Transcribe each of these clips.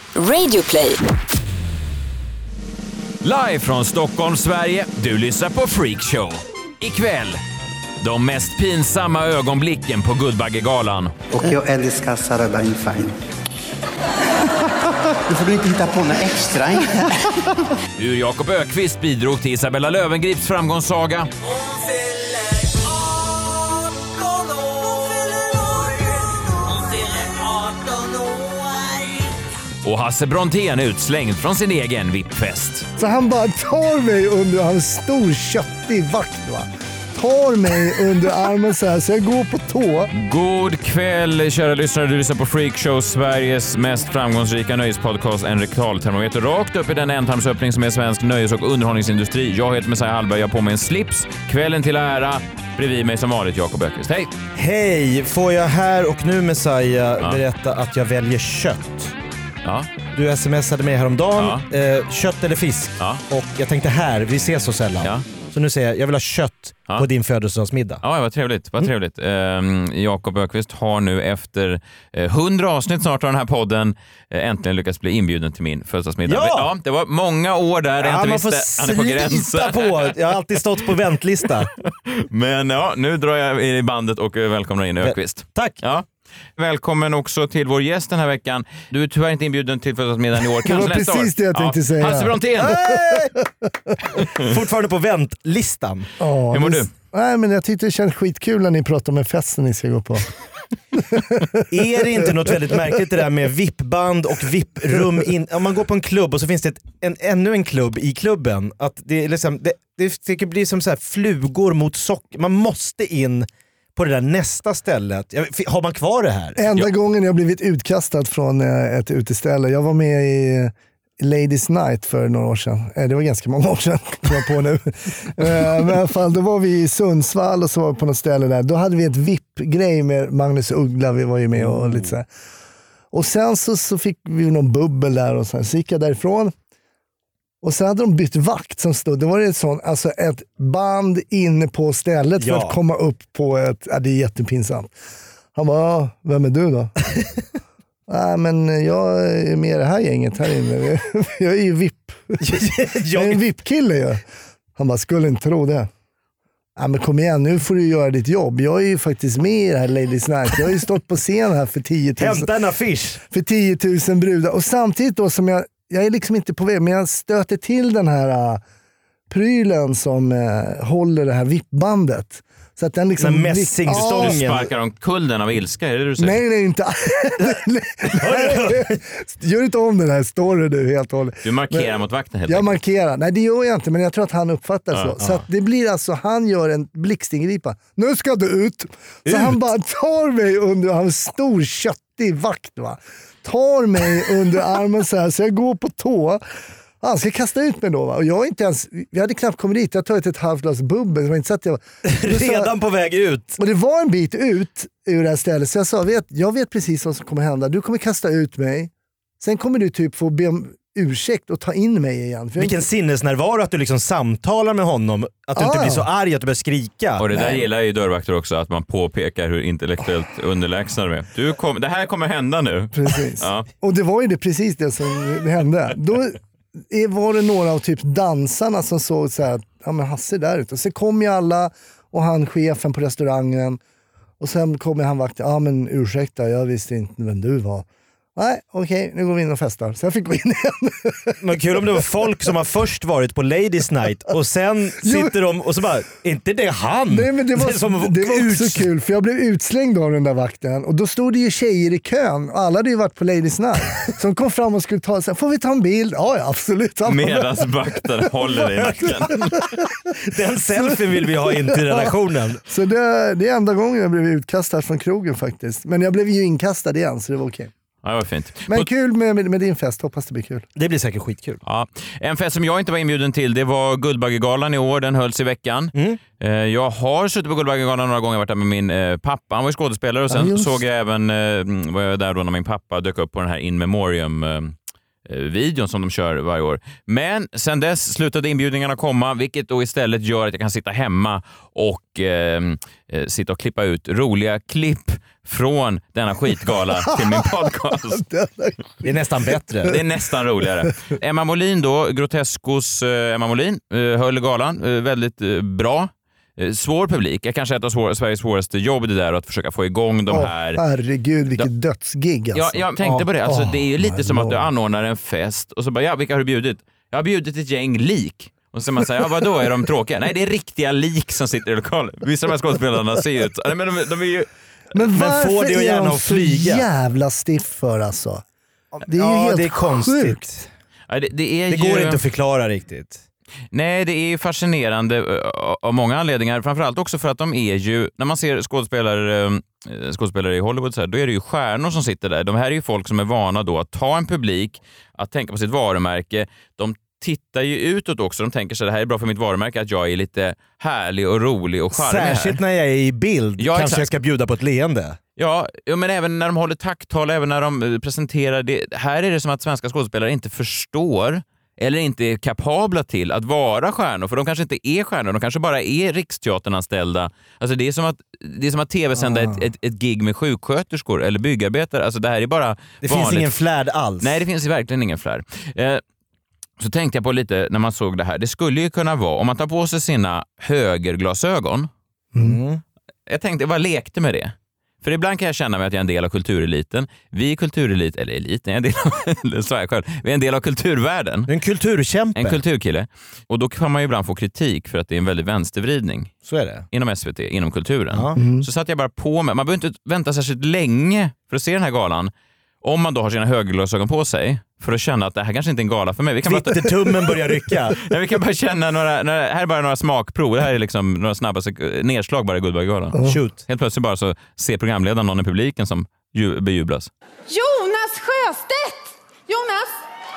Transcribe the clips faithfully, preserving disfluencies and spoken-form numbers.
Radioplay. Live från Stockholm, Sverige. Du lyssnar på Freakshow. Ikväll, de mest pinsamma ögonblicken på Guldbaggegalan. Och jag älskar Sarah Darin Fine. Du får inte hitta på något extra. Hur Jakob Ökvist bidrog till Isabella Löwengrips framgångssaga. Och Hasse Brontén utslängd från sin egen vippfest. Så han bara tar mig under, han är stor köttig vakt va. Tar mig under armen så här så jag går på tå. God kväll kära lyssnare, du lyssnar på Freakshow, Sveriges mest framgångsrika nöjespodcast, en rektaltermometer rakt upp i den ändtarmsöppning som är svensk nöjes- och underhållningsindustri. Jag heter Messiah Hallberg, jag har på mig en slips. Kvällen till ära, bredvid mig som vanligt Jakob Ökvist. Hej! Hej, får jag här och nu Messiah ja. berätta att jag väljer kött. Ja. Du smsade mig häromdagen, ja. eh, kött eller fisk. Ja. Och jag tänkte här, vi ses så sällan. Ja. Så nu säger jag, jag vill ha kött ja. på din födelsedagsmiddag. Ja, vad trevligt. Vad trevligt. Mm. Eh, Jakob Ökvist har nu efter hundra eh, avsnitt snart av den här podden eh, äntligen lyckats bli inbjuden till min födelsedagsmiddag. Ja! ja det var många år där jag ja, inte man visste. Han är på gränsen. På. Jag har alltid stått på väntlista. Men ja, nu drar jag i bandet och välkomnar in Ökvist. Tack. Ja. Välkommen också till vår gäst den här veckan. Du är tyvärr inte inbjuden till födelsedagsmiddagen i år. Kanske det var nästa precis år. det jag tänkte ja. säga. Hasse Brontén! Fortfarande på väntlistan. Oh, Hur mår det... du? Nej, men jag tyckte det känns skitkul när ni pratar om en fest ni ska gå på. Är det inte något väldigt märkligt det där med vippband och vipprum in? Om man går på en klubb och så finns det ett, en, ännu en klubb i klubben. Att det, är liksom, det, det blir som så här flugor mot socker. Man måste in på det där nästa stället. Har man kvar det här? Enda ja. gången jag blivit utkastad från ett uteställe. Jag var med i Ladies Night för några år sedan. Det var ganska många år sedan. Jag på nu. Men i alla fall, då var vi i Sundsvall och så var vi på något ställe där. Då hade vi ett V I P-grej med Magnus Uggla. Vi var ju med och lite så här. Och sen så, så fick vi någon bubbel där och så, här. Så gick jag därifrån. Och sen hade de bytt vakt som stod. Det var ett sånt, alltså ett band inne på stället för ja. att komma upp på ett, ja, det är jättepinsamt. Han bara, vem är du då? Nej, men jag är med i det här gänget här inne. Jag är ju V I P. Jag är en V I P-kille ju. Han bara, skulle inte tro det. Ja, men kom igen, nu får du göra ditt jobb. Jag är ju faktiskt med i det här Ladies Night. Jag har ju stått på scen här för tio tusen. Hämta en affisch. För tio tusen brudar. Och samtidigt då som jag Jag är liksom inte på väg, men jag stöter till den här uh, prylen som uh, håller det här vippbandet. Så att den liksom... Den mässingstången. Du sparkar om kulden av ilska, är det du säger? Nej, nej, inte. Gör inte om den här storyn du helt och hållet. Du markerar men, mot vakten helt Jag enkelt. markerar. Nej, det gör jag inte, men jag tror att han uppfattar ja, så. Ja. Så att det blir alltså, han gör en blixtingripa. Nu ska du ut. Så ut. han bara tar mig under, han är stor köttig vakt va. Tar mig under armen så här så jag går på tå. Han ska kasta ut mig då va. Och jag är inte ens, vi hade knappt kommit dit. Jag har tagit ett halvt glas bubbel. Det var inte så att jag redan på väg ut. Och det var en bit ut ur det här stället. Så jag sa, vet, jag vet precis vad som kommer hända. Du kommer kasta ut mig. Sen kommer du typ få be om ursäkt och ta in mig igen. För vilken inte... sinnesnärvaro att du liksom samtalar med honom. Att du ah, inte blir så arg att du börjar skrika. Och det där Nej. gillar ju dörrvakter också, att man påpekar hur intellektuellt underlägsna de är. Du kom, det här kommer hända nu. Precis. Ja. Och det var ju det, precis det som hände. Då var det några av typ dansarna som såg så här, ja men Hasse där ute. Så kom ju alla och han chefen på restaurangen. Och sen kom han vakten, ja men ursäkta, jag visste inte vem du var. Nej, okej, okay, nu går vi in och festar. Så jag fick gå in igen. Men kul om det var folk som har först varit på Ladies Night och sen sitter de och så bara, inte det han? Nej, men det var, det som det var också ut... kul, för jag blev utslängd av den där vakten. Och då stod det ju tjejer i kön. Alla hade ju varit på Ladies Night. Som kom fram och skulle ta, så här, får vi ta en bild? Ja, ja absolut. Medans vakten håller i nacken. Den selfien vill vi ha in till redaktionen. Så det, det är enda gången jag blev utkastad från krogen faktiskt. Men jag blev ju inkastad igen, så det var okej. Okay. Ja, det var fint. Men På... kul med, med, med din fest, hoppas det blir kul. Det blir säkert skitkul. Ja. En fest som jag inte var inbjuden till, det var Guldbaggegalan i år, den hölls i veckan. Mm. Jag har suttit på Guldbaggegalan några gånger, varit där med min eh, pappa, han var skådespelare och sen ja, såg jag även, eh, var jag där då när min pappa dök upp på den här In Memoriam eh, videon som de kör varje år. Men sen dess slutade inbjudningarna komma, vilket då istället gör att jag kan sitta hemma och eh, sitta och klippa ut roliga klipp från denna skitgala till min podcast. Det är nästan bättre. Det är nästan roligare. Emma Molin då, Groteskos eh, Emma Molin, eh, höll galan eh, väldigt eh, bra. Svår publik. Jag kanske ett av svår, Sveriges svåraste jobb det där att försöka få igång de här... Åh, herregud, vilket de... dödsgig alltså. Ja, jag tänkte på det. Alltså, oh, det är ju lite som Lord. att du anordnar en fest och så bara, ja, vilka har du bjudit? Jag har bjudit ett gäng lik. Och så man säger, ja vadå, är de tråkiga? Nej, det är riktiga lik som sitter i lokalen. Vissa av de här skådespelarna ser ut... Men de, de är ju... Men varför får det är de att så flyga? jävla stiff för alltså? Det är ju ja, helt det är konstigt. sjukt. Ja, det, det, är det ju... går inte att förklara riktigt. Nej, det är ju fascinerande av många anledningar. Framförallt också för att de är ju, när man ser skådespelare, skådespelare i Hollywood så här, då är det ju stjärnor som sitter där. De här är ju folk som är vana då att ta en publik, att tänka på sitt varumärke. De tittar ju utåt också. De tänker sig det här är bra för mitt varumärke, att jag är lite härlig och rolig och charmig här. Särskilt när jag är i bild, ja, kanske exakt. Jag ska bjuda på ett leende. Ja, men även när de håller tacktal, även när de presenterar det. Här är det som att svenska skådespelare inte förstår eller inte är kapabla till att vara stjärnor, för de kanske inte är stjärnor, de kanske bara är Riksteatern-anställda. Alltså det är som att, det är som att tv-sända ah. ett, ett, ett gig med sjuksköterskor eller byggarbetare. Alltså det här är bara Det vanligt. Finns ingen flärd alls. Nej, det finns verkligen ingen flärd. Eh, så tänkte jag på lite när man såg det här. Det skulle ju kunna vara, om man tar på sig sina högerglasögon. Mm. Jag tänkte, jag bara lekte med det. För ibland kan jag känna mig att jag är en del av kultureliten. Vi är kulturelit, eller eliten, en del av, så jag själv. Vi är en del av kulturvärlden. En kulturkämpe. En kulturkille. Och då kan man ju ibland få kritik för att det är en väldigt vänstervridning. Så är det. Inom S V T, inom kulturen. Ja. Mm. Så satt jag bara på mig. Man behöver inte vänta särskilt länge för att se den här galan. Om man då har sina högerglasögon på sig, för att känna att det här kanske inte är en gala för mig. Vi kan bara... Twittertummen börjar rycka. Nej, vi kan bara känna några, några, här är bara några smakprov. Det här är liksom några snabba nedslag bara i Goodbye-galan. Oh. Shoot. Helt plötsligt bara så ser programledaren någon i publiken som ju, bejublas. Jonas Sjöstedt! Jonas!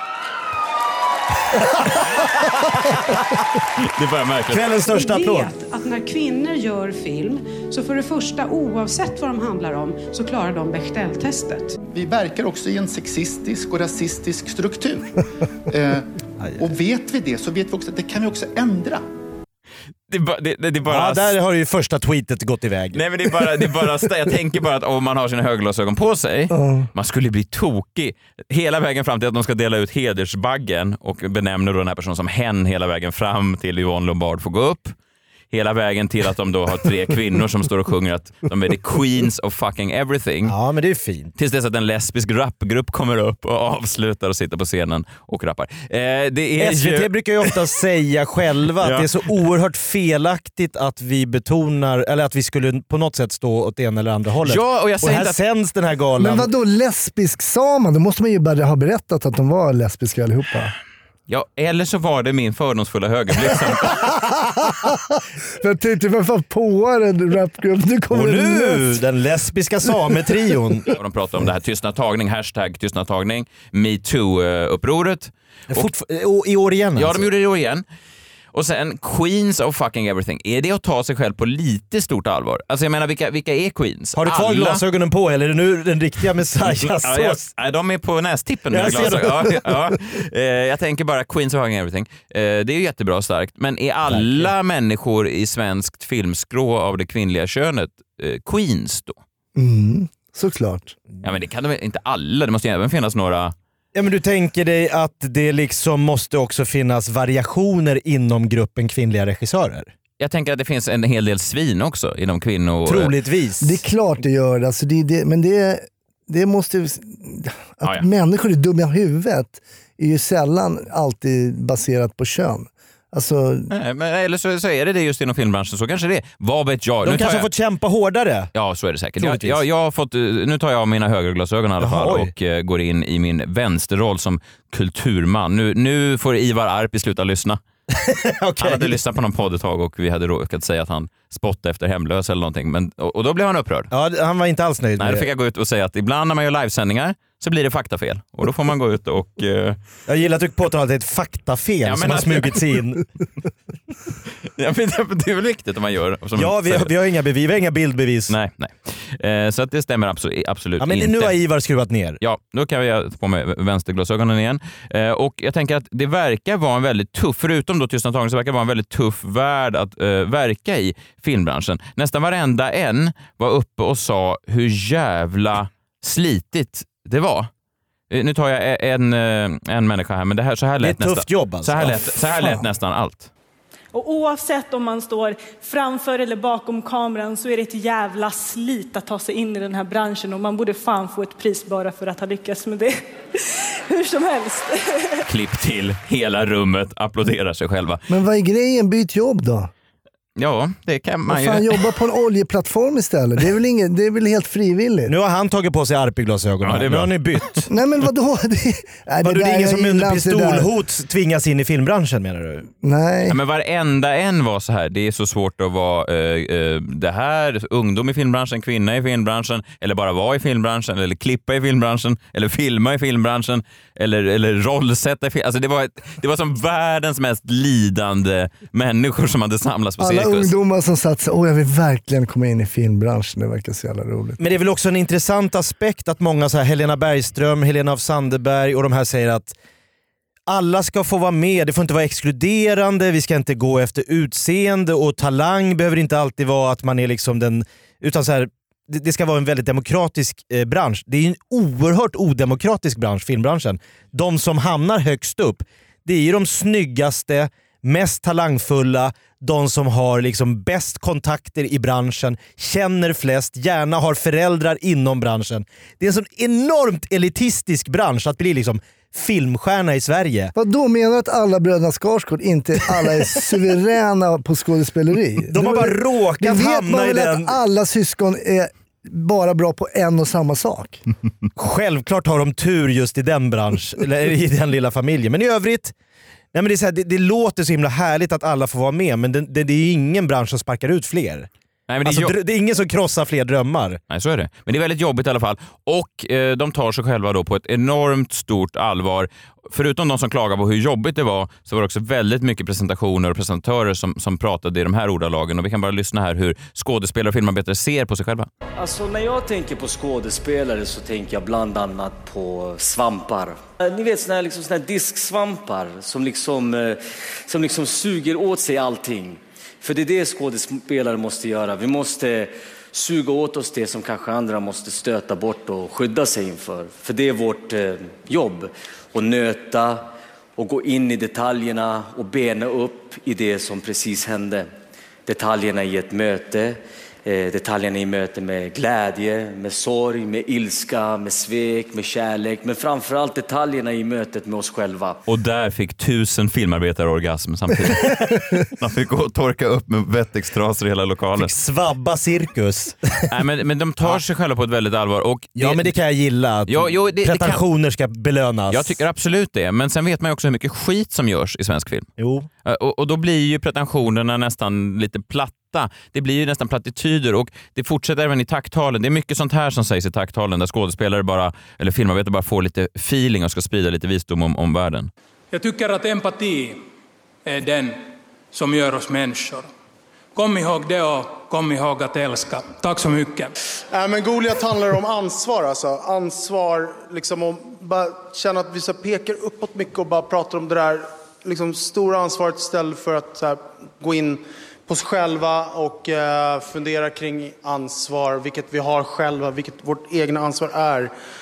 Det är bara märkligt. Kvällens största Vi applåd. vet att när kvinnor gör film, så för det första, oavsett vad de handlar om, så klarar de Bechdel-testet. Vi verkar också i en sexistisk och rasistisk struktur. eh, och vet vi det, så vet vi också att det kan vi också ändra. Det, ba, det, det, det är bara... Ja, där har ju första tweetet gått iväg. Nej, men det är bara, det är bara jag tänker bara att om man har sina höglasögon på sig, uh. man skulle bli tokig hela vägen fram till att de ska dela ut hedersbaggen och benämner då den här personen som hen hela vägen fram till Yvonne Lombard får gå upp. Hela vägen till att de då har tre kvinnor som står och sjunger att de är the queens of fucking everything. Ja, men det är fint. Tills dess att en lesbisk rapgrupp kommer upp och avslutar och sitter på scenen och rappar. Eh, det är S V T ju... brukar ju ofta säga själva att ja. det är så oerhört felaktigt att vi betonar, eller att vi skulle på något sätt stå åt det ena eller andra hållet. Ja, och jag säger och här att... sänds den här galan. Men vadå lesbisk sa man? Då måste man ju bara ha berättat att de var lesbiska allihopa. Ja, eller så var det min fördomsfulla högerblick som... Jag tänkte, vad fan på en rapgrupp? Nu kommer och nu, les- den lesbiska sametrion. Och de pratar om det här tystnadtagning, hashtag tystnadtagning, MeToo-upproret. Och, I år igen Ja, alltså. de gjorde det i år igen. Och sen Queens of fucking everything. Är det att ta sig själv på lite stort allvar? Alltså jag menar, vilka, vilka är Queens? Har du kvar Alla... glasögonen på eller är det nu den riktiga Messiah-sås? Ja, jag, nej, de är på nästippen. Jag, ja, ja. Eh, jag tänker bara Queens of fucking everything. Eh, det är ju jättebra och starkt. Men är alla Verkligen. människor i svenskt filmskrå av det kvinnliga könet eh, Queens då? Mm, såklart. Ja, men det kan de inte alla. Det måste ju även finnas några... Ja, men du tänker dig att det liksom måste också finnas variationer inom gruppen kvinnliga regissörer? Jag tänker att det finns en hel del svin också inom kvinnor. Troligtvis. Det är klart det gör. Alltså det, det, men det, det måste... Att ja, ja. människor är dumma i huvudet är ju sällan alltid baserat på kön. Alltså... Nej, men, eller så, så är det det just inom filmbranschen, så kanske det är. Vad vet jag? De nu kanske jag... har fått kämpa hårdare. Ja, så är det säkert. Jag, jag, jag har fått, nu tar jag av mina högerglasögon i alla fall. Jaha, och uh, går in i min vänsterroll som kulturman. Nu, nu får Ivar Arpi sluta lyssna. Okay. Han hade lyssnat på någon podd ett tag och vi hade råkat säga att han spottade efter hemlös eller någonting. Men, och, och då blev han upprörd. Ja, han var inte alls nöjd Nej, med då det. fick jag gå ut och säga att ibland när man gör livesändningar så blir det faktafel. Och då får man gå ut och... Uh... Jag gillar att du påtalar att det är ett faktafel ja, som har smugit sig in. Ja, men det är väl viktigt om man gör. Ja, vi har, vi har inga bevis, vi har inga bildbevis. Nej, nej. Eh, så att det stämmer absolut, absolut ja, men inte. Nu har Ivar skruvat ner. Ja, då kan vi ta på mig vänsterglasögonen igen. Eh, och jag tänker att det verkar vara en väldigt tuff, förutom då Tystnadtagen, så verkar det vara en väldigt tuff värld att eh, verka i filmbranschen. Nästan varenda en var uppe och sa hur jävla slitigt det var. Nu tar jag en, en människa här, men det här, så här lät det är ett tufft nästan, jobb alltså. Så här lät, så här lät nästan allt. Och oavsett om man står framför eller bakom kameran så är det ett jävla slit att ta sig in i den här branschen och man borde fan få ett pris bara för att ha lyckats med det. Hur som helst. Klipp till, hela rummet applåderar sig själva. Men vad är grejen? Byt jobb då? Ja, det kan man ju. Fan, jobba på en oljeplattform istället. Det är väl, ingen, det är väl helt frivilligt. Nu har han tagit på sig Arpi-glasögonen. Ja, nu har ni bytt. Nej men vadå? Det, nej, var det det, det är ingen som under pistolhot där. tvingas in i filmbranschen menar du? Nej. Ja, men varenda en var så här. Det är så svårt att vara uh, uh, det här, ungdom i filmbranschen, kvinna i filmbranschen, eller bara vara i filmbranschen, eller klippa i filmbranschen, eller filma i filmbranschen, eller, eller rollsätta i film. Alltså det var, det var som världens mest lidande människor som hade samlats på alla cirkus. Ungdomar som satt så, åh jag vill verkligen komma in i filmbranschen, det verkar så jävla roligt. Men det är väl också en intressant aspekt att många så här, Helena Bergström, Helena af Sandeberg och de här säger att alla ska få vara med, det får inte vara exkluderande, vi ska inte gå efter utseende och talang behöver inte alltid vara att man är liksom den, utan så här, det, det ska vara en väldigt demokratisk eh, bransch. Det är en oerhört odemokratisk bransch, filmbranschen. De som hamnar högst upp, det är ju de snyggaste, mest talangfulla, de som har liksom bäst kontakter i branschen, känner flest, gärna har föräldrar inom branschen. Det är en sån enormt elitistisk bransch att bli liksom filmstjärna i Sverige. Vad då menar du att alla bröderna Skarsgård inte alla är suveräna på skådespeleri? De har bara råkat hamna i den. Att alla syskon är bara bra på en och samma sak. Självklart har de tur just i den bransch eller i den lilla familjen, men i övrigt nej, men det, är så här, det, det låter så himla härligt att alla får vara med, men det, det, det är ingen bransch som sparkar ut fler. Nej, men det, är alltså, det är ingen som krossar fler drömmar. Nej, så är det. Men det är väldigt jobbigt i alla fall. Och eh, de tar sig själva då på ett enormt stort allvar. Förutom de som klagar på hur jobbigt det var, så var det också väldigt mycket presentationer och presentatörer som, som pratade i de här ordalagen. Och vi kan bara lyssna här hur skådespelare och filmarbetare ser på sig själva. Alltså när jag tänker på skådespelare så tänker jag bland annat på svampar. Ni vet såna här, liksom, såna här disksvampar som liksom, som liksom suger åt sig allting. För det är det skådespelare måste göra. Vi måste suga åt oss det som kanske andra måste stöta bort och skydda sig inför. För det är vårt eh, jobb. Att nöta och gå in i detaljerna och bena upp i det som precis hände. Detaljerna i ett möte, eh, detaljerna i möte med glädje, med sorg, med ilska, med svek, med kärlek. Men framförallt detaljerna i mötet med oss själva. Och där fick tusen filmarbetare orgasm samtidigt. De fick gå och torka upp med vettextrasor i hela lokalen. Fick svabba cirkus. Nej, men, men de tar sig själva på ett väldigt allvar. Och det, ja, men det kan jag gilla. Att jo, jo, det, pretensioner det kan, ska belönas. Jag tycker absolut det. Men sen vet man ju också hur mycket skit som görs i svensk film. Jo. Och, och då blir ju pretensionerna nästan lite platta. Det blir ju nästan plattityder och det fortsätter även i takttalen. Det är mycket sånt här som sägs i takttalen där skådespelare bara, eller filmarbetare bara får lite feeling och ska sprida lite visdom om, om världen. Jag tycker att empati är den som gör oss människor. Kom ihåg det och kom ihåg att älska. Tack så mycket. Äh, men Goliat handlar om ansvar. Alltså. Ansvar, liksom om bara känna att vi så pekar uppåt mycket och bara pratar om det där liksom, stora ansvaret istället för att så här, gå in på oss själva och eh, fundera kring ansvar, vilket vi har själva, vilket vårt egna ansvar är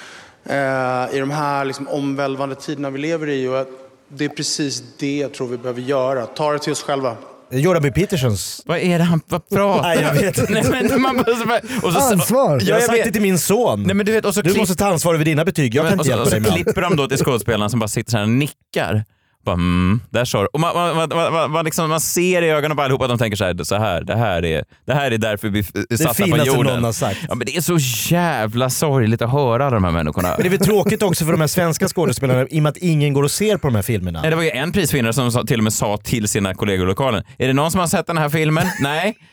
eh, i de här liksom, omvälvande tiderna vi lever i. Och det är precis det jag tror vi behöver göra. Ta det till oss själva. Jordan B. Petersons. Vad är det han pratar? Nej, jag vet Nej, men man och så, ansvar. Jag har sagt vet. det till min son. Nej, men du vet, och så du klipp... måste ta ansvar över dina betyg. Jag ja, kan men, inte och så, hjälpa och dig med. så klipper de då till skådespelarna som bara sitter så här och nickar. Bara, mm, där så. Och man, man, man, man, man, liksom, man ser i ögonen på allihopa att de tänker så här, så här, det här är, det här är därför vi är satta på jorden. Någon har sagt. Ja, men det är så jävla sorgligt att höra alla de här människorna. Men det är väl tråkigt också för de här svenska skådespelarna i och med att ingen går och ser på de här filmerna. Nej, det var ju en prisvinnare som till och med sa till sina kollegor i lokalen: är det någon som har sett den här filmen? Nej,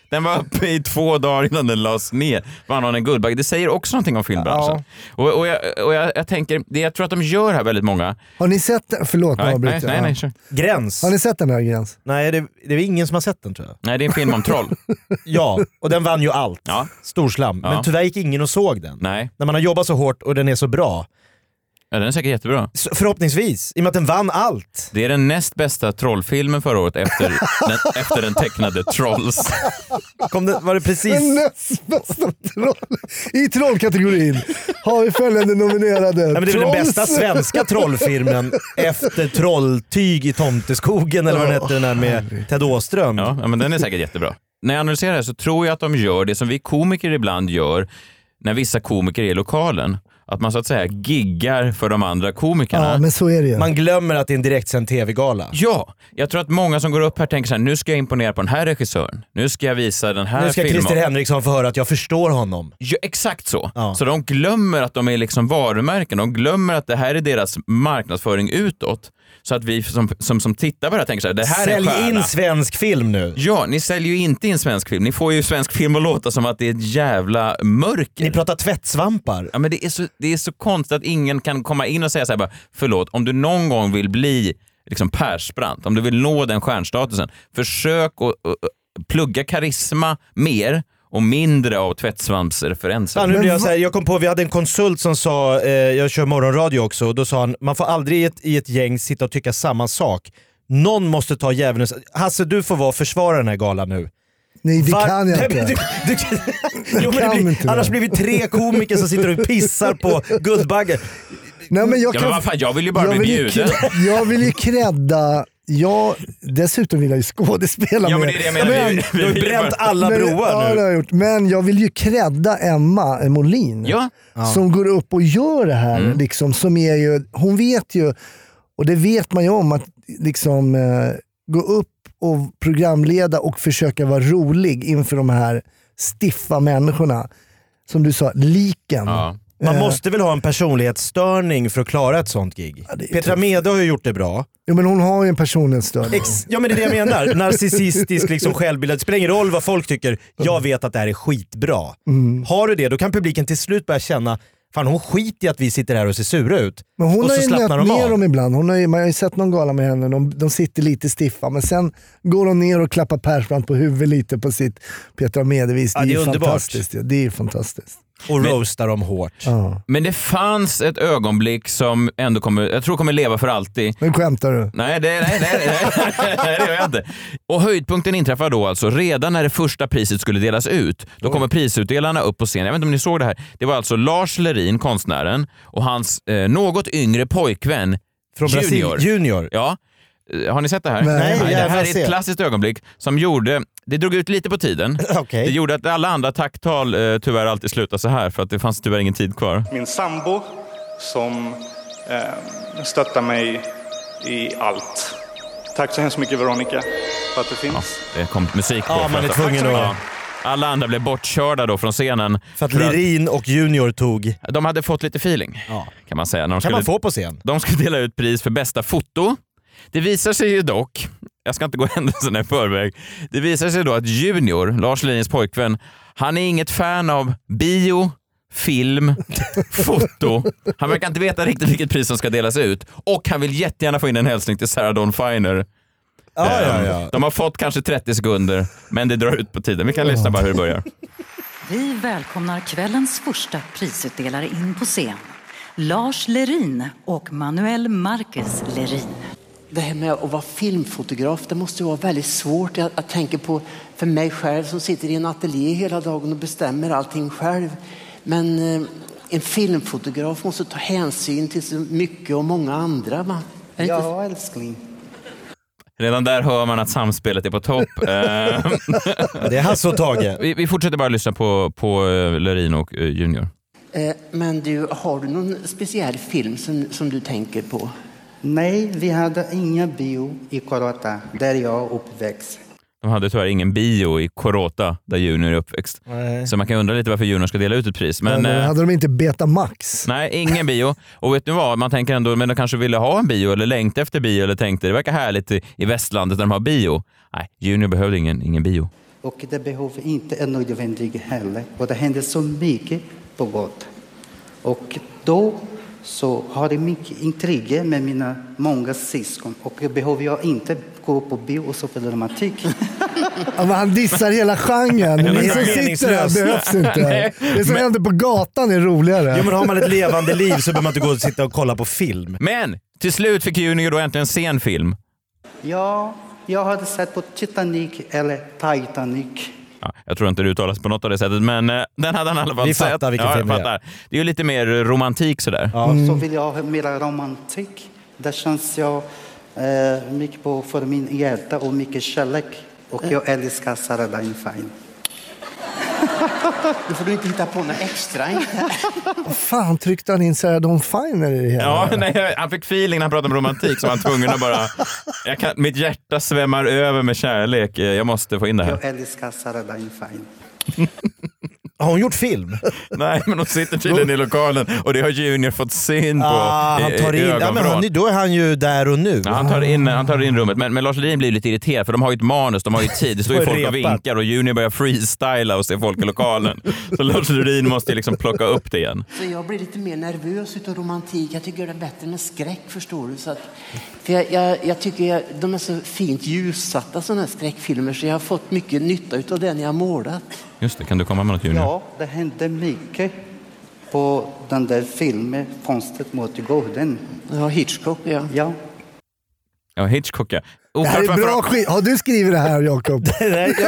Den var uppe i två dagar innan den lades ner. Vann han en Guldbagge. Det säger också någonting om filmbranschen. Ja. Och, och, jag, och jag, jag tänker, det jag tror att de gör här väldigt många. Har ni sett den? Förlåt, nej, nej, nej, nej, nej. Gräns. Har ni sett den här Gräns? Nej, det, det är ingen som har sett den tror jag. Nej, det är en film om troll. Ja, och den vann ju allt. Ja. Storslam. Ja. Men tyvärr gick ingen och såg den. Nej. När man har jobbat så hårt och den är så bra. Ja, den är säkert jättebra. Så, förhoppningsvis, i och med att den vann allt. Det är den näst bästa trollfilmen förra året efter den, efter den tecknade Trolls. Kom det, var det precis... Den näst bästa troll. I trollkategorin har vi följande nominerade. Ja, men det är väl den bästa svenska trollfilmen efter Trolltyg i Tomteskogen eller vad den heter, den här med Ted Åström. Ja, men den är säkert jättebra. När jag analyserar det så tror jag att de gör det som vi komiker ibland gör när vissa komiker är i lokalen. Att man så att säga giggar för de andra komikerna. Ja, men så är det ju. Man glömmer att det är en direktsänd tv-gala. Ja, jag tror att många som går upp här tänker så här: nu ska jag imponera på den här regissören. Nu ska jag visa den här Nu ska filmen. Christer Henriksson få höra att jag förstår honom. Ja, exakt så. Ja. Så de glömmer att de är liksom varumärken. De glömmer att det här är deras marknadsföring utåt. Så att vi som, som, som tittar på det här tänker så här: det här Sälj är en stjärna. in svensk film nu. Ja, ni säljer ju inte in svensk film. Ni får ju svensk film att låta som att det är ett jävla mörker. Ni pratar tvättsvampar. Ja, men det är så, det är så konstigt att ingen kan komma in och säga så här bara: förlåt, om du någon gång vill bli liksom Persbrandt, om du vill nå den stjärnstatusen, försök att uh, plugga karisma mer och mindre av tvättsvampsreferenser. Ja, nu blir jag, så här, jag kom på, vi hade en konsult som sa, eh, jag kör morgonradio också, och då sa han, man får aldrig i ett, i ett gäng sitta och tycka samma sak. Någon måste ta djävulens... Hasse, du får vara försvara den här galan nu. Nej, det Var... kan jag inte. Du, du, du... jo, men det blir, inte annars det. blir vi tre komiker som sitter och pissar på Guldbagge. Nej, men jag, ja, kan... men vad fan, jag vill ju bara jag bli vill ju bjuden. krä- Jag vill ju krädda... Jag, dessutom vill jag ju skådespela Ja, med. men det är det jag menar. Men, Vi- vi- Du har vi- bränt alla men, broar ja, nu. det har jag gjort. Men jag vill ju krädda Emma Molin. Ja. Som går upp och gör det här. Mm. Liksom, som är ju, hon vet ju, och det vet man ju om, att liksom, eh, gå upp och programleda och försöka vara rolig inför de här stiffa människorna. Som du sa, liken. Ja. Man Eh, måste väl ha en personlighetsstörning för att klara ett sånt gig. Ja, det är Petra tufft. Mede har ju gjort det bra. Jo, men hon har ju en personlighetsstörning. Ex- ja, men det är det jag menar. Narcissistisk liksom självbild. Det spelar ingen roll vad folk tycker. Jag vet att det här är skitbra. Mm. Har du det, då kan publiken till slut börja känna, fan, hon skiter i att vi sitter här och ser sura ut. Men hon och har så ju slappnar nött de ner av. dem ibland. Hon har ju, man har ju sett någon gala med henne. De, de sitter lite stiffa, men sen går de ner och klappar Persbrandt på huvudet lite på sitt Petra Medevis. Ja, det är, det är ju underbart. fantastiskt. Ja, det är fantastiskt. Och roastar dem hårt. Ja. Men det fanns ett ögonblick som ändå kommer, jag tror kommer leva för alltid. Men skämtar du? Nej, det, nej, nej, nej, nej, det gör jag inte. Och höjdpunkten inträffar då alltså redan när det första priset skulle delas ut. Då kommer prisutdelarna upp på scen. Jag vet inte om ni såg det här. Det var alltså Lars Lerin, konstnären, och hans eh, något yngre pojkvän Från Junior. Brasil, Junior. Ja. Eh, Har ni sett det här? Nej, det jag här får är se. ett klassiskt ögonblick som gjorde, det drog ut lite på tiden. Okej. Det gjorde att alla andra tacktal eh, tyvärr alltid slutade så här för att det fanns tyvärr ingen tid kvar. Min sambo som eh, stöttar mig i allt. Tack så hemskt mycket, Veronica, för att det finns. Det kom musik på. Ja, för man är att- tvungen att... Ja. Alla andra blev bortkörda då från scenen. För att Lerin och Junior tog... De hade fått lite feeling, Ja. kan man säga. När de Kan skulle, man få på scen? de skulle dela ut pris för bästa foto. Det visar sig ju dock, jag ska inte gå händelserna i förväg, det visar sig då att Junior, Lars Lerins pojkvän, han är inget fan av bio, film, foto. Han verkar inte veta riktigt vilket pris som ska delas ut. Och han vill jättegärna få in en hälsning till Sarah Dawn Finer. Ja, ja, Ehm, ja. De har fått kanske trettio sekunder, men det drar ut på tiden. Vi kan lyssna bara hur det börjar. Vi välkomnar kvällens första prisutdelare in på scen. Lars Lerin och Manuel Marquez Lerin. Det här med att vara filmfotograf, det måste vara väldigt svårt. Jag, jag tänker på för mig själv som sitter i en ateljé hela dagen och bestämmer allting själv. Men eh, en filmfotograf måste ta hänsyn till så mycket och många andra. Va? Är det Ja, älskling. Redan där hör man att samspelet är på topp. Ehm, Det är Hasse och Tage. vi, vi fortsätter bara lyssna på, på eh, Lerin och eh, Junior. Eh, men du, har du någon speciell film som, som du tänker på? Nej, vi hade inga bio i Korota där jag uppväxt. De hade tyvärr ingen bio i Korota där Junior är uppväxt. Nej. Så man kan undra lite varför Junior ska dela ut ett pris. Men, Men, eh, hade de inte Betamax? nej, ingen bio. Och vet ni vad? Man tänker ändå, men de kanske ville ha en bio eller längta efter bio eller tänkte det verkar härligt i, i västlandet där de har bio. Nej, Junior behövde ingen, ingen bio. Och det behöver inte en nödvändig heller. Och det händer så mycket på gott. Och då så har det mycket intriger med mina många syskon. Och det behöver jag inte gå på bio och så för dramatik. Ja, men han dissar hela genren. Ni som sitter där behövs inte. Det som händer på gatan är roligare. Jo, men har man ett levande liv så behöver man inte gå och sitta och kolla på film. Men till slut fick Junior då äntligen se en film. Ja, jag hade sett på Titanic eller Titanic. Ja, jag tror inte det uttalas på något av det sättet, men eh, den hade han i alla fall Vi sett. fattar vilken ja, film det är. fattar. Det är ju lite mer romantik sådär. Ja. Mm. Så vill jag ha mer romantik. Det känns jag eh, mycket på för min hjärta och mycket kärlek. Och jag älskar Sarah Dawn Fine. Nu får du inte hitta på något extra. Vad fan tryckte han in Sarah Dawn Fine i det hela? Ja, nej, han fick feeling när han pratade om romantik, så han var tvungen att bara... Jag kan, mitt hjärta svämmar över med kärlek. Jag måste få in det här. Jag älskar Sarah Dawn Fine. Har hon gjort film? Nej, men hon sitter tydligen i lokalen och det har Junior fått syn på. Ah, han tar in, ja, men han, då är han ju där och nu. Ja, han, tar in, han tar in rummet. Men, men Lars Lerin blir lite irriterad för de har ju ett manus, de har ju tid. Det står ju folk och vinkar och Junior börjar freestyla och ser folk i lokalen. Så Lars Lerin måste liksom plocka upp det igen. Så jag blir lite mer nervös utav romantik. Jag tycker det är bättre med skräck, förstår du. Så att, för jag, jag, jag tycker jag, de är så fint ljussatta sådana här skräckfilmer, så jag har fått mycket nytta utav det när jag har målat. Just det, kan du komma med något, Junior? Ja, det hände mycket på den där filmen Fönstret mot gården. Ja, Hitchcock, ja. Ja. Ja, Hitchcock, ja. Det här är bra skit. Har du skrivit det här, Jakob? Det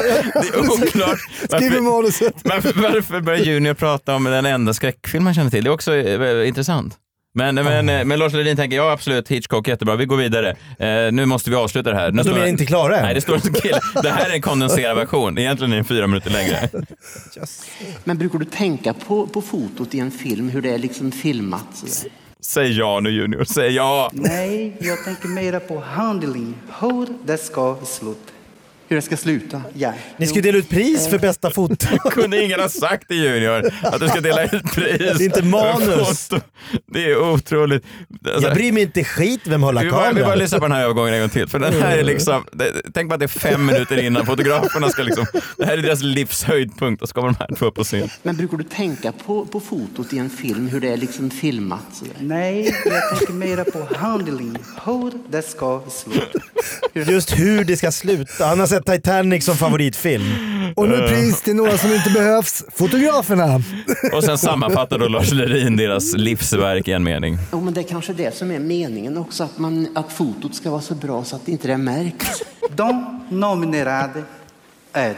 är oklart. Skriver manuset. Varför, varför börjar Junior prata om den enda skräckfilm man känner till? Det är också eh, intressant. Men, men, oh. men Lars Lerin tänker, ja absolut, Hitchcock, jättebra, vi går vidare. Eh, nu måste vi avsluta det här. Nu de är det, inte klara än. Nej, det står en kille. Det här är en kondenserad version. Egentligen är den fyra minuter längre. Just. Men brukar du tänka på, på fotot i en film, hur det är liksom filmat? Sådär? Säg ja nu, Junior, säg ja. Nej, jag tänker mer på handling. Hur det ska sluta. Hur det ska sluta? Ja. Ni ska dela ut pris för bästa foto. Kunde ingen ha sagt det, Junior, att du ska dela ut pris? Det är inte manus. Det är otroligt. Alltså, jag bryr mig inte skit vem håller kameran. Vi bara, bara lyssna på den här övergången en gång till. För den här är liksom, det, tänk på att det är fem minuter innan fotograferna ska liksom, det här är deras livshöjdpunkt och ska vara de här två på scen. Men brukar du tänka på, på fotot i en film, hur det är liksom filmat? Sådär? Nej, jag tänker mer på handling. Hur det ska sluta. Just hur det ska sluta. Han har sett Titanic som favoritfilm. Och nu pris till några som inte behövs. Fotograferna. Och sen sammanfattar då Lars Lerin deras livsverk i en mening. Jo, men det är kanske det som är meningen också. Att, man, att fotot ska vara så bra så att det inte det märks. De nominerade är...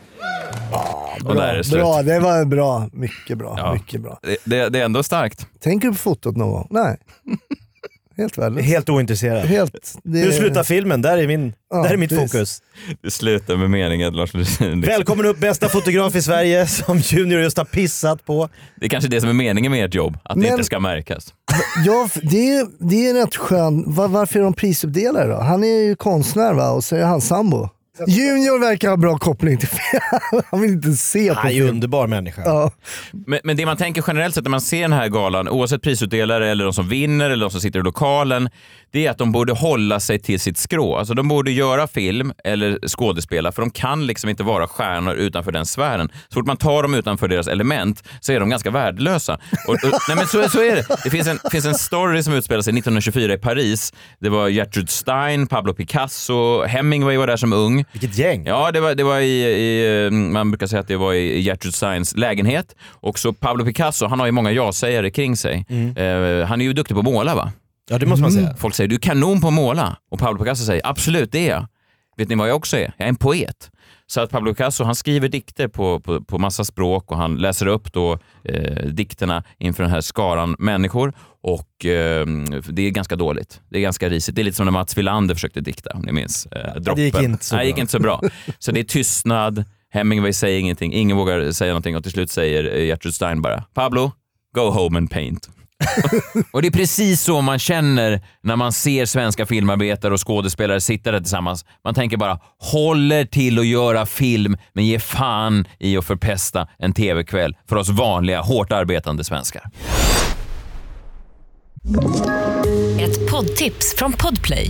Ja, och där är det slut. Bra, det var bra. Mycket bra. Ja. Mycket bra. Det, det, det är ändå starkt. Tänker du på fotot någon gång? Nej. Helt värdelöst. Helt ointresserad. Helt, det... Hur slutar filmen? Där är, min, ja, där är mitt precis. Fokus. Det slutar med meningen, Lars Lerin. Liksom. Välkommen upp, bästa fotograf i Sverige som Junior just har pissat på. Det är kanske det som är meningen med ert jobb, att Men, det inte ska märkas. Ja, det är, det är rätt skönt. Var, varför är de prisuppdelare då? Han är ju konstnär, va? Och så är han sambo. Junior verkar ha bra koppling till film. Han vill inte se på Han är ju underbar människa. Ja. Men, men det man tänker generellt sett när man ser den här galan, oavsett prisutdelare eller de som vinner eller de som sitter i lokalen, det är att de borde hålla sig till sitt skrå. Alltså de borde göra film eller skådespela, för de kan liksom inte vara stjärnor utanför den sfären. Så fort man tar dem utanför deras element så är de ganska värdelösa. Och, och, nej men så, så är det. Det finns en, finns en story som utspelar sig nittonhundratjugofyra i Paris. Det var Gertrude Stein, Pablo Picasso, Hemingway var där som ung. Vilket gäng. Ja, det var, det var i, i, man brukar säga att det var i Gertrude Steins lägenhet. Och så Pablo Picasso, han har ju många ja-sägare kring sig. Mm. Uh, han är ju duktig på att måla, va? Ja, det måste man säga. Folk säger, du är kanon på att måla. Och Pablo Picasso säger, absolut det är jag. Vet ni vad jag också är? Jag är en poet. Så att Pablo Picasso, han skriver dikter på, på, på massa språk och han läser upp då eh, dikterna inför den här skaran människor. Och eh, det är ganska dåligt. Det är ganska risigt. Det är lite som när Mats Wilander försökte dikta, om ni minns. Eh, droppen. Det gick inte så Nej, bra. gick inte så bra. Så det är tystnad. Hemingway säger ingenting. Ingen vågar säga någonting och till slut säger Gertrude Stein bara, Pablo, go home and paint. Och det är precis så man känner när man ser svenska filmarbetare och skådespelare sitta där tillsammans. Man tänker bara, håller till att göra film, men ge fan i att förpesta en tv-kväll för oss vanliga, hårt arbetande svenskar. Ett poddtips från Podplay.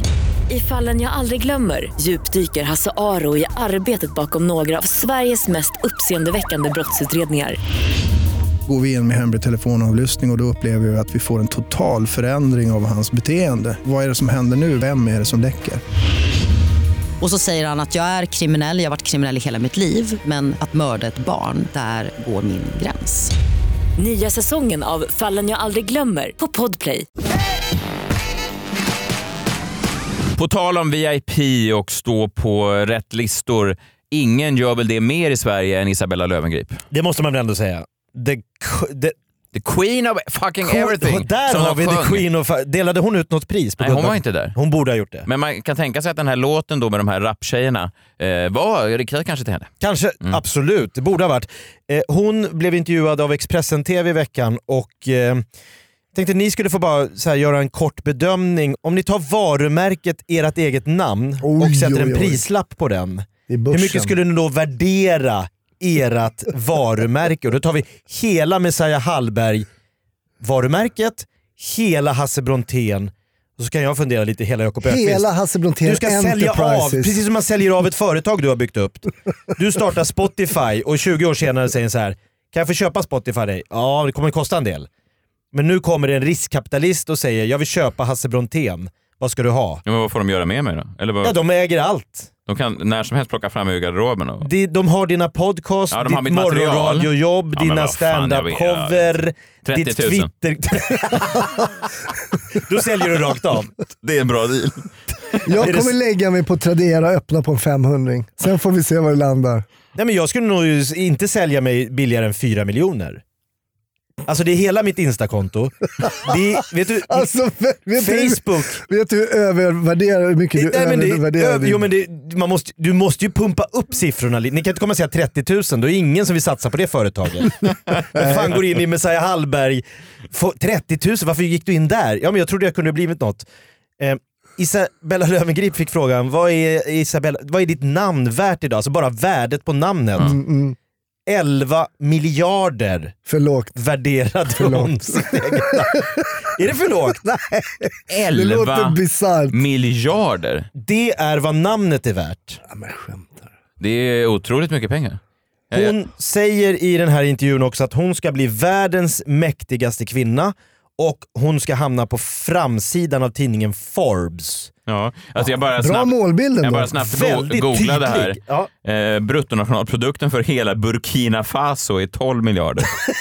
I Fallen jag aldrig glömmer djupdyker Hasse Aro i arbetet bakom några av Sveriges mest uppseendeväckande brottsutredningar. Går vi in med hemlig telefonavlyssning och då upplever vi att vi får en total förändring av hans beteende. Vad är det som händer nu? Vem är det som läcker? Och så säger han att jag är kriminell, jag har varit kriminell i hela mitt liv, men att mörda ett barn, där går min gräns. Nya säsongen av Fallen jag aldrig glömmer på Podplay. På tal om V I P och stå på rätt listor, ingen gör väl det mer i Sverige än Isabella Löwengrip? Det måste man väl ändå säga. The, the, the queen of fucking everything. Där har vi the queen of... Delade hon ut något pris? På Nej, hon var inte där. Hon borde ha gjort det. Men man kan tänka sig att den här låten då med de här raptjejerna eh, var riktad kanske till henne. Kanske, mm. absolut. Det borde ha varit. Eh, hon blev intervjuad av Expressen T V i veckan och... Eh, tänkte ni skulle få bara så här, göra en kort bedömning. Om ni tar varumärket, ert eget namn oj, och sätter oj, oj. en prislapp på den. Hur mycket skulle ni då värdera ert varumärke? Och då tar vi hela Messiah Hallberg varumärket, hela Hasse Brontén. Och så kan jag fundera lite hela Jakob Öqvist. Hela Hasse Brontén du ska sälja av, precis som man säljer av ett företag du har byggt upp. Du startar Spotify och tjugo år senare säger så här: kan jag få köpa Spotify dig? Ja, det kommer kosta en del. Men nu kommer det en riskkapitalist och säger jag vill köpa Hasse Brontén. Vad ska du ha? Ja, men vad får de göra med mig då? Eller vad... Ja, de äger allt. De kan när som helst plocka fram ur garderoben. Och... De, de har dina podcast, ja, ditt morgonradiojobb, ja, dina stand-up-cover, ditt Twitter... Då säljer du rakt av. Det är en bra deal. Jag kommer lägga mig på Tradera och öppna på en femhundring. Sen får vi se var det landar. Nej, men jag skulle nog inte sälja mig billigare än fyra miljoner. Alltså det är hela mitt Insta-konto. Det är, vet du, alltså, vet Facebook. Du, vet du hur övervärderar hur mycket du Nej, men det, övervärderar? Jo, men det, man måste, du måste ju pumpa upp siffrorna. Ni kan inte komma och säga trettio tusen, då är ingen som vill satsa på det företaget. Vem fan går in i Messiah Hallberg? trettio tusen, varför gick du in där? Ja, men jag trodde jag kunde blivit något. Eh, Isabella Löwengrip fick frågan, vad är, Isabella, vad är ditt namn värt idag? Alltså bara värdet på namnet. Mm, mm. elva miljarder för lågt värderad för lågt. Är det för lågt? Nej, elva miljarder. Det är vad namnet är värt. Ja, men skämtar. Det är otroligt mycket pengar. Hon säger i den här intervjun också att hon ska bli världens mäktigaste kvinna och hon ska hamna på framsidan av tidningen Forbes. Ja, alltså jag bara Bra snabbt, målbilden jag då. bara snabbt go- googlade här. Ja. Eh, bruttonationalprodukten för hela Burkina Faso är tolv miljarder.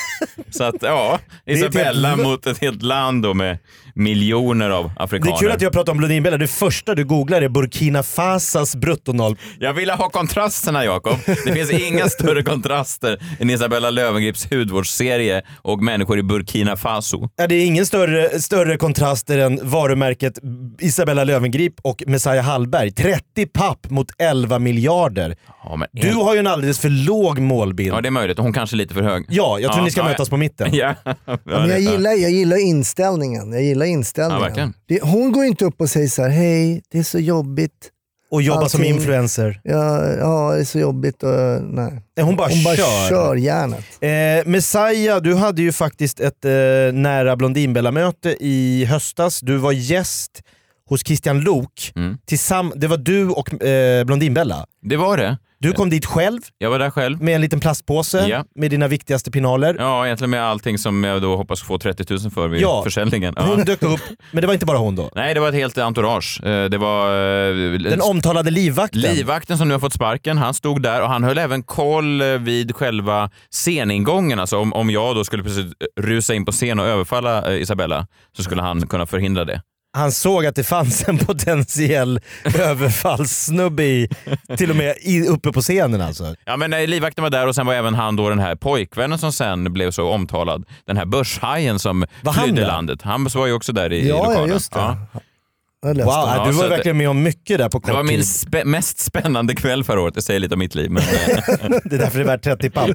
Så att ja, Isabella ett... mot ett helt land då med miljoner av afrikaner. Det är kul att jag pratar om Blondinbella. Det första du googlar är Burkina Fasas bruttonal. Jag ville ha kontrasterna, Jakob. Det finns inga större kontraster än Isabella Lövengrips hudvårdsserie och människor i Burkina Faso. Ja, det är ingen större, större kontraster än varumärket Isabella Löwengrip och Messiah Hallberg. trettio papp mot elva miljarder. Ja, men du har ju en alldeles för låg målbild. Ja, det är möjligt. Hon kanske är lite för hög. Ja, jag tror ja, ni ska ja, mötas ja. på mitten. Ja. Ja, men jag, gillar, jag gillar inställningen. Jag gillar inställningen. Ja, det, hon går inte upp och säger så här: hej, det är så jobbigt. Och jobba Allting, som influencer. Ja, ja, det är så jobbigt. Och, nej. Hon bara, hon bara kör. kör järnet. Eh, Messiah, du hade ju faktiskt ett eh, nära Blondinbella-möte i höstas. Du var gäst hos Christian Lok. Mm. Tillsamm- det var du och eh, Blondinbella. Det var det. Du kom dit själv. Jag var där själv. Med en liten plastpåse. Ja. Med dina viktigaste pinaler. Ja, egentligen med allting som jag då hoppas få trettio tusen för vid ja. försäljningen. Ja. Hon dök upp, men det var inte bara hon då. Nej, det var ett helt entourage. Det var... Den omtalade livvakten. Livvakten som nu har fått sparken. Han stod där och han höll även koll vid själva sceningången. Alltså om, om jag då skulle precis rusa in på scen och överfalla Isabella så skulle han kunna förhindra det. Han såg att det fanns en potentiell överfallssnubbe i, till och med i, uppe på scenen alltså. Ja, men nej, livvakten var där och sen var även han då den här pojkvännen som sen blev så omtalad. Den här börshajen som var flydde han landet. Han var ju också där i, ja, i lokalen. Ja, just det. Ja. Wow, ja, du var verkligen med om mycket där på kort tid. Det var min spä- mest spännande kväll förra året. Det säger lite om mitt liv. Men det är därför det är värt trettio papp.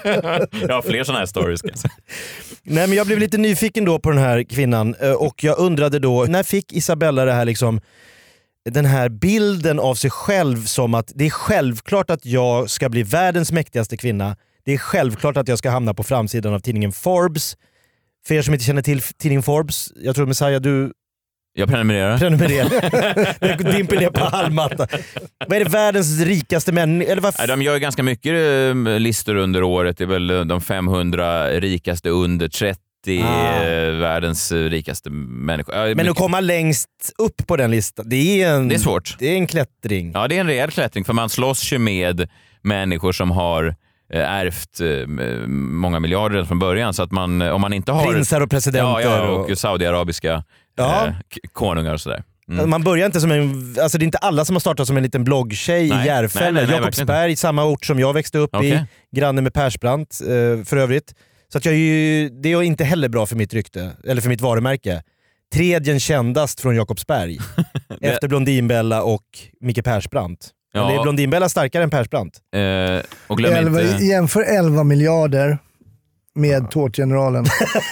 Jag har fler sådana här stories. Nej, men jag blev lite nyfiken då på den här kvinnan och jag undrade då, när fick Isabella det här liksom, den här bilden av sig själv som att det är självklart att jag ska bli världens mäktigaste kvinna. Det är självklart att jag ska hamna på framsidan av tidningen Forbes. För er som inte känner till tidningen Forbes, jag tror Messiah, du Jag prenumererar. Prenumererar. Dimper ner på halmmatta. Vad är det världens rikaste människor? Eller vad f- De gör ganska mycket uh, listor under året. Det är väl de femhundra rikaste under trettio ah. uh, världens uh, rikaste människor. Uh, Men mycket... att komma längst upp på den listan, det är en, det är svårt. Det är en klättring. Ja, det är en rejäl klättring för man slåss ju med människor som har ärvt många miljarder från början, så att man, om man inte har prinsar och presidenter ja, ja, och, och saudiarabiska ja. eh, konungar och sådär. Mm. Man börjar inte som en, alltså det är inte alla som har startat som en liten bloggtjej nej. i Järfälla. Jakobsberg, samma ort som jag växte upp okay. i, granne med Persbrandt eh, för övrigt. Så att jag är ju, det är inte heller bra för mitt rykte, eller för mitt varumärke. Tredjen kändast från Jakobsberg. Efter Blondinbella och Micke Persbrandt. Ja. Men är Blondinbella starkare än Persbrandt? Eh, och glöm elva, inte... Jämför elva miljarder med Tårtgeneralen.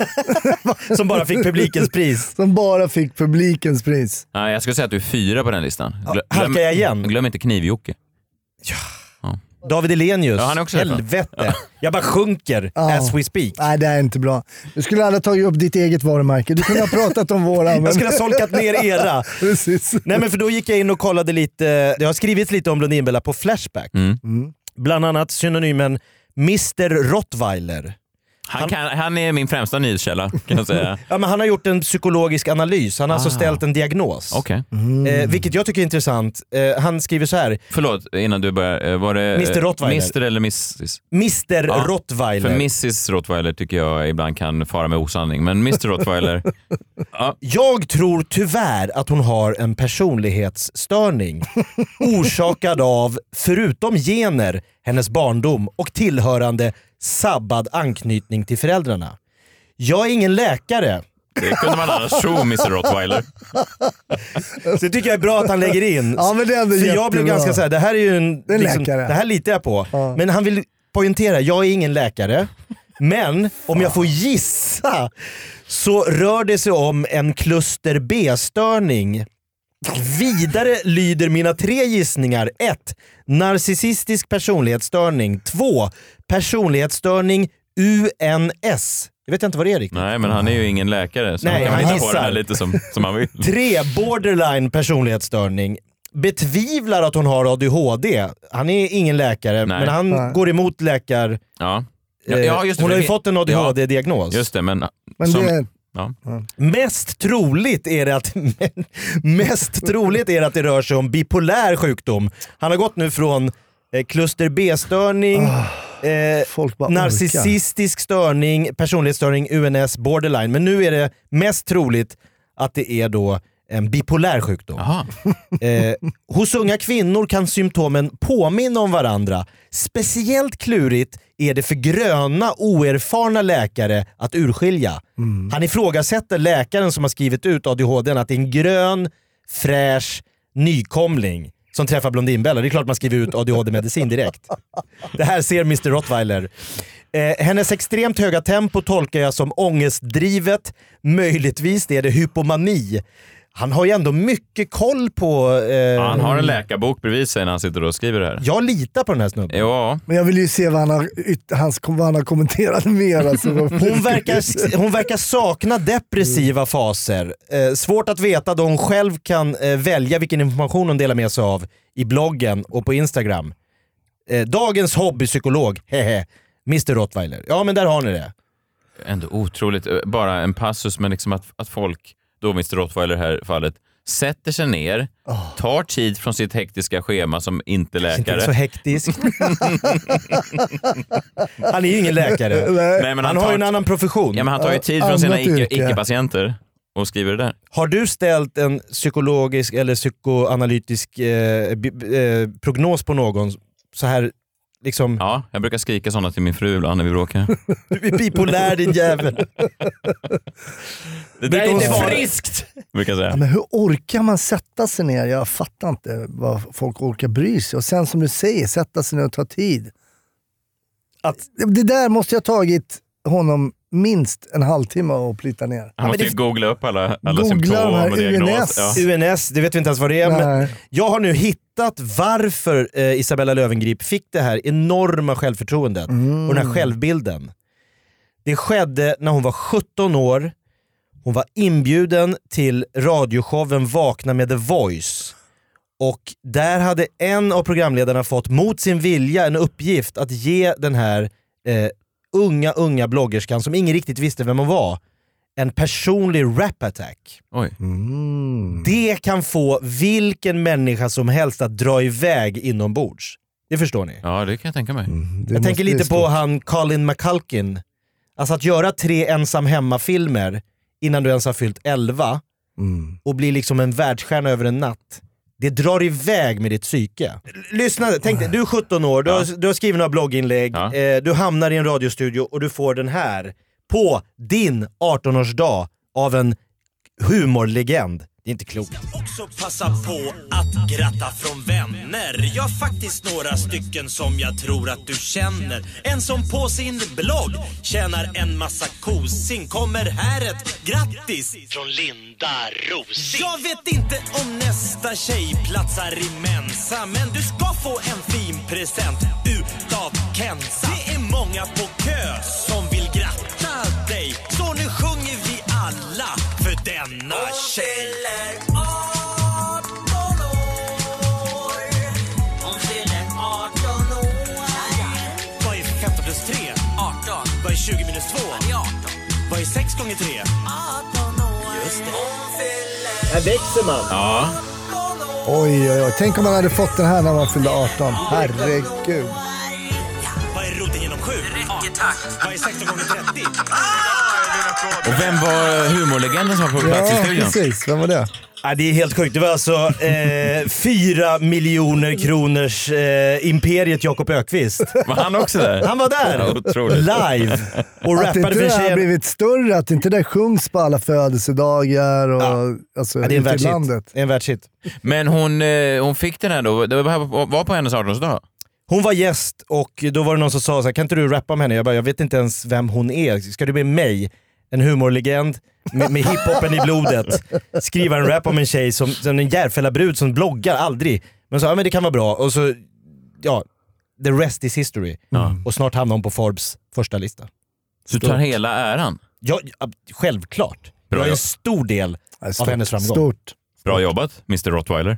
Som bara fick publikens pris. Som bara fick publikens pris. Ja, jag skulle säga att du är fyra på den listan. Glöm, Halkar jag igen? Glöm inte Kniv-Jocke. Ja. Ja. David Elenius. Ja, han är också helvete. Ja. Jag bara sjunker ja. as we speak. Nej, det är inte bra. Du skulle aldrig tagit upp ditt eget varumärke. Du kunde ha pratat om våra. Men... Jag skulle ha solkat ner era. Precis. Nej, men för då gick jag in och kollade lite. Jag har skrivit lite om Blondinbella på Flashback. Mm. Mm. Bland annat synonymen mister Rottweiler. Han, kan, han är min främsta nyhetskälla, kan jag säga. Ja, men han har gjort en psykologisk analys. Han har ah. alltså ställt en diagnos. Okay. Mm. Eh, vilket jag tycker är intressant. Eh, han skriver så här. Förlåt, innan du börjar. Var det mister Rottweiler? mister eller missis? mister Ja, Rottweiler. För missis Rottweiler tycker jag ibland kan fara med osanning. Men mister Rottweiler... ja. Jag tror tyvärr att hon har en personlighetsstörning. Orsakad av, förutom gener, hennes barndom och tillhörande sabbad anknytning till föräldrarna. Jag är ingen läkare. Det kunde man annars tro, mister Rottweiler. Så det tycker jag är bra att han lägger in. Ja, men det är ändå för jättebra. Jag blev ganska så här, det här är ju en, en liksom, läkare. Det här litar jag på. Ja. Men han vill poängtera, jag är ingen läkare. Men om jag får gissa så rör det sig om en kluster B-störning. Vidare lyder mina tre gissningar. ett. Narcissistisk personlighetsstörning. två. Personlighetsstörning U N S. Jag vet inte vad det är riktigt. Nej, men han är ju ingen läkare. Så Nej, han kan han hitta på det här lite som, som han vill. tre. Borderline personlighetsstörning. Betvivlar att hon har A D H D. Han är ingen läkare, Nej. men han Nej. går emot läkar... Ja. Ja, ja, just det, hon har ju det, fått en A D H D-diagnos. Just det, men... men som, det... ja. Mest troligt är det att mest troligt är det att det rör sig om bipolär sjukdom. Han har gått nu från eh, kluster B-störning, oh, eh, narcissistisk störning, personlighetsstörning, U N S, borderline. Men nu är det mest troligt att det är då en bipolär sjukdom. Eh, hos unga kvinnor kan symptomen påminna om varandra. Speciellt klurigt är det för gröna, oerfarna läkare att urskilja. Mm. Han ifrågasätter läkaren som har skrivit ut A D H D att det är en grön, fräsch nykomling som träffar Blondinbella. Det är klart man skriver ut A D H D-medicin direkt. Det här ser mister Rottweiler. Eh, hennes extremt höga tempo tolkar jag som ångestdrivet. Möjligtvis är det hypomani. Han har ju ändå mycket koll på... Eh, ja, han har en läkarbok bredvid sig när han sitter och skriver det här. Jag litar på den här snubben. Ja. Men jag vill ju se vad han har, hans, vad han har kommenterat mer. Alltså. hon, verkar, hon verkar sakna depressiva faser. Eh, svårt att veta då hon själv kan eh, välja vilken information hon delar med sig av i bloggen och på Instagram. Eh, dagens hobbypsykolog, hehe, mister Rottweiler. Ja, men där har ni det. Ändå otroligt. Bara en passus, men liksom att, att folk... då mister Rottweiler i det här fallet, sätter sig ner, oh. tar tid från sitt hektiska schema som inte läkare. Inte så hektisk. Han är ju ingen läkare. Nej, men han, han tar, har ju en annan profession. Ja, men han tar ju tid från sina icke, icke-patienter och skriver det där. Har du ställt en psykologisk eller psykoanalytisk eh, b- eh, prognos på någon så här liksom... Ja, jag brukar skrika sådana till min fru ibland när vi bråkar. Du är bipolär, din jävel. Det, det är inte friskt, brukar jag säga. Ja, men hur orkar man sätta sig ner? Jag fattar inte vad folk orkar bry sig. Och sen som du säger, sätta sig ner och ta tid. Att... Det där måste jag ha tagit honom minst en halvtimme och plita ner. Han måste ju det... googla upp alla, alla googla symptom och U N S. Ja. U N S, det vet vi inte ens vad det är. Men jag har nu hittat varför eh, Isabella Löwengrip fick det här enorma självförtroendet mm. och den här självbilden. Det skedde när hon var sjutton år. Hon var inbjuden till radioshowen Vakna med The Voice. Och där hade en av programledarna fått mot sin vilja en uppgift att ge den här eh, unga, unga bloggerskan som ingen riktigt visste vem hon var en personlig rap-attack. Oj. Mm. Det kan få vilken människa som helst att dra iväg inombords. Det förstår ni? Ja, det kan jag tänka mig. Mm, jag tänker lite på han Colin McCulkin. Alltså att göra tre ensam hemma-filmer innan du ens har fyllt elva mm. och bli liksom en världsstjärna över en natt. Det drar iväg med ditt psyke. Lyssna, tänk dig, du är sjutton år, du, ja. har, du har skrivit några blogginlägg, ja. eh, du hamnar i en radiostudio och du får den här på din arton-årsdag av en humorlegend. Det är inte klokt. Jag ska också passa på att gratta från vänner. Jag har faktiskt några stycken som jag tror att du känner. En som på sin blogg tjänar en massa kosing. Kommer här ett grattis från Linda Rosing. Jag vet inte om nästa tjej platsar i Mensa, men du ska få en fin present utav Kensa. Det är många på kö som vill gratta dig, så nu sjunger vi alla för denna tjej. Vad är femton plus tre? arton. Vad är tjugo minus två? arton. Vad är sex gånger tre? arton år. Just det. Här växer man. Ja. Oj, oj, oj. Tänk om man hade fått den här när man fyllde arton. Herregud. Vad är roten genom sju? Räcker tack. Vad är sexton gånger trettio? Och vem var humorlegenden som var på plats ja, i studion? Precis, vem var det? Ja, det är helt sjukt. Det var alltså eh, fyra miljoner kronors eh, imperiet Jakob Ökvist. Var han också där? Han var där. Ja, live. Och att inte det har blivit större, att inte det sjungs på alla födelsedagar och ja. alltså, ja, det är en ute i landet. Det är en världshit. Men hon, eh, hon fick den här då, det var, var på hennes arton-årsdag. Hon var gäst och då var det någon som sa så här, kan inte du rappa om henne? Jag bara, jag vet inte ens vem hon är. Ska du bli mig? En humorlegend med, med hiphopen i blodet. Skriva en rap om en tjej som, som en Järfälla brud som bloggar aldrig. Men så, ja men det kan vara bra. Och så, ja, the rest is history. Mm. Och snart hamnar hon på Forbes första lista. Så du tar hela äran? Ja, självklart. Bra, jag är en stor del stort, av hennes framgång. Stort. Bra jobbat, mister Rottweiler.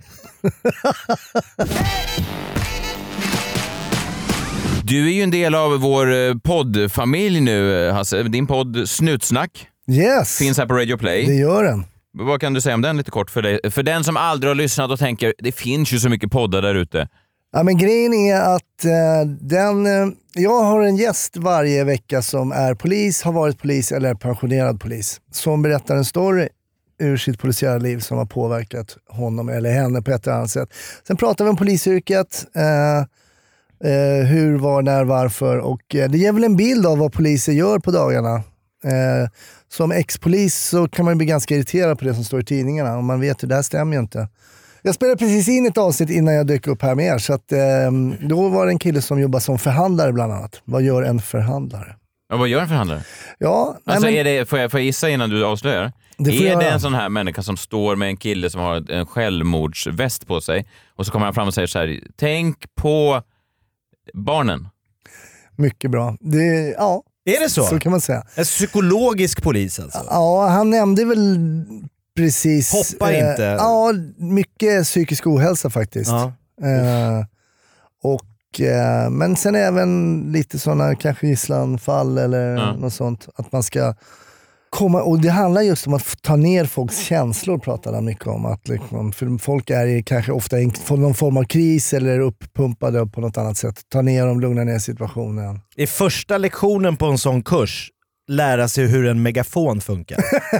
Du är ju en del av vår poddfamilj nu, Hasse. Din podd Snutsnack yes. finns här på Radio Play. Det gör den. Vad kan du säga om den lite kort för dig? För den som aldrig har lyssnat och tänker, det finns ju så mycket poddar där ute. Ja, men grejen är att eh, den, eh, jag har en gäst varje vecka som är polis, har varit polis eller är pensionerad polis. Som berättar en story ur sitt polisiära liv som har påverkat honom eller henne på ett eller annat sätt. Sen pratar vi om polisyrket. Eh, Eh, hur, var, när, varför och eh, det ger väl en bild av vad poliser gör på dagarna. Eh, som ex-polis så kan man bli ganska irriterad på det som står i tidningarna och man vet att det här stämmer ju inte. Jag spelade precis in ett avsnitt innan jag dök upp här med er så att, eh, då var det en kille som jobbar som förhandlare bland annat. Vad gör en förhandlare? Ja, vad gör en förhandlare? Ja, alltså, nej, men... är det, får, jag, får jag gissa innan du avslöjar? Det är det en sån här människa som står med en kille som har en självmordsväst på sig och så kommer han fram och säger så här: tänk på barnen. Mycket bra. Det, ja, är det så? Så kan man säga. En psykologisk polis alltså? Ja, han nämnde väl precis... Hoppa eh, inte. Ja, mycket psykisk ohälsa faktiskt. Ja. Eh, och, eh, men sen även lite sådana kanske gisslanfall eller ja. något sånt. Att man ska komma, och det handlar just om att ta ner folks känslor, pratar han mycket om. Att liksom, för folk är i kanske ofta i någon form av kris eller uppumpade på något annat sätt. Ta ner dem, lugna ner situationen. I första lektionen på en sån kurs lära sig hur en megafon funkar.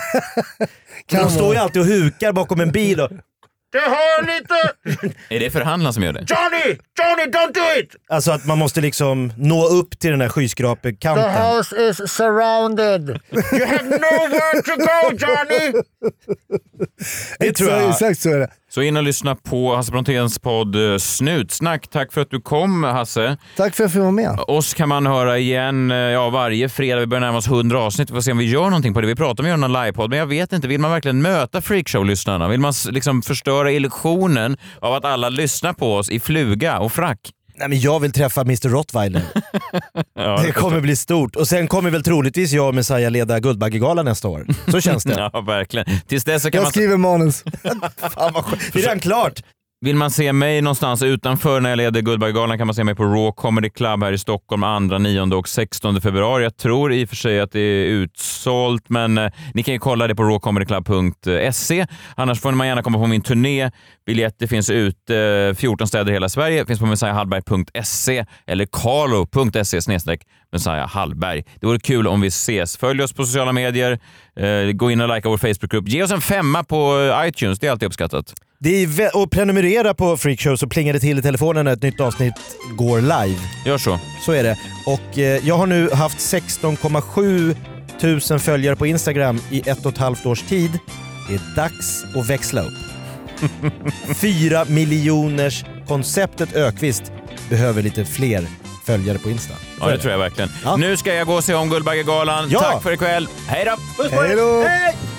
De står ju alltid och hukar bakom en bil och det hör lite! Är det förhandlaren som gör det? Johnny! Johnny, don't do it! Alltså att man måste liksom nå upp till den här skyskrapekanten. The house is surrounded. You have nowhere to go, Johnny! Det tror jag. Exakt så är det. Så in och lyssna på Hasse Bronténs podd Snutsnack. Tack för att du kom, Hasse. Tack för att jag var med. Oss kan man höra igen ja, varje fredag. Vi börjar närma oss hundra avsnitt. Vi får se om vi gör någonting på det. Vi pratar om att göra någon livepodd, men jag vet inte. Vill man verkligen möta freakshow-lyssnarna? Vill man liksom förstöra illusionen av att alla lyssnar på oss i fluga och frack? Nej, men jag vill träffa mister Rottweiler. Ja, det kommer bli stort. Och sen kommer väl troligtvis jag och Messiah leda Guldbaggegalan nästa år. Så känns det. Ja, verkligen. Tills dess så kan jag man... skriver manus. Fan vad skönt. Det är redan klart. Vill man se mig någonstans utanför när jag leder Guldbaggegalan kan man se mig på Raw Comedy Club här i Stockholm andra, nionde och sextonde februari. Jag tror i och för sig att det är utsålt, men eh, ni kan ju kolla det på raw comedy club punkt se. Annars får man gärna komma på min turné. Biljetter finns ute eh, fjorton städer i hela Sverige. Finns på messiah hallberg punkt se eller carlo punkt se snedstreck Messiah Hallberg. Det vore kul om vi ses. Följ oss på sociala medier. Eh, gå in och likea vår Facebookgrupp. Ge oss en femma på iTunes. Det är alltid uppskattat. Det är vä- och prenumerera på Freakshow så plingar det till i telefonen när ett nytt avsnitt går live. Gör så. Så är det. Och eh, jag har nu haft sexton komma sju tusen följare på Instagram i ett och ett halvt års tid. Det är dags att växla upp. Fyra miljoners konceptet Ökvist behöver lite fler följare på Insta. Ja, det tror jag verkligen. Ja. Nu ska jag gå och se om Guldbaggegalan. Ja. Tack för ikväll. Hej då! Hej då! Hej!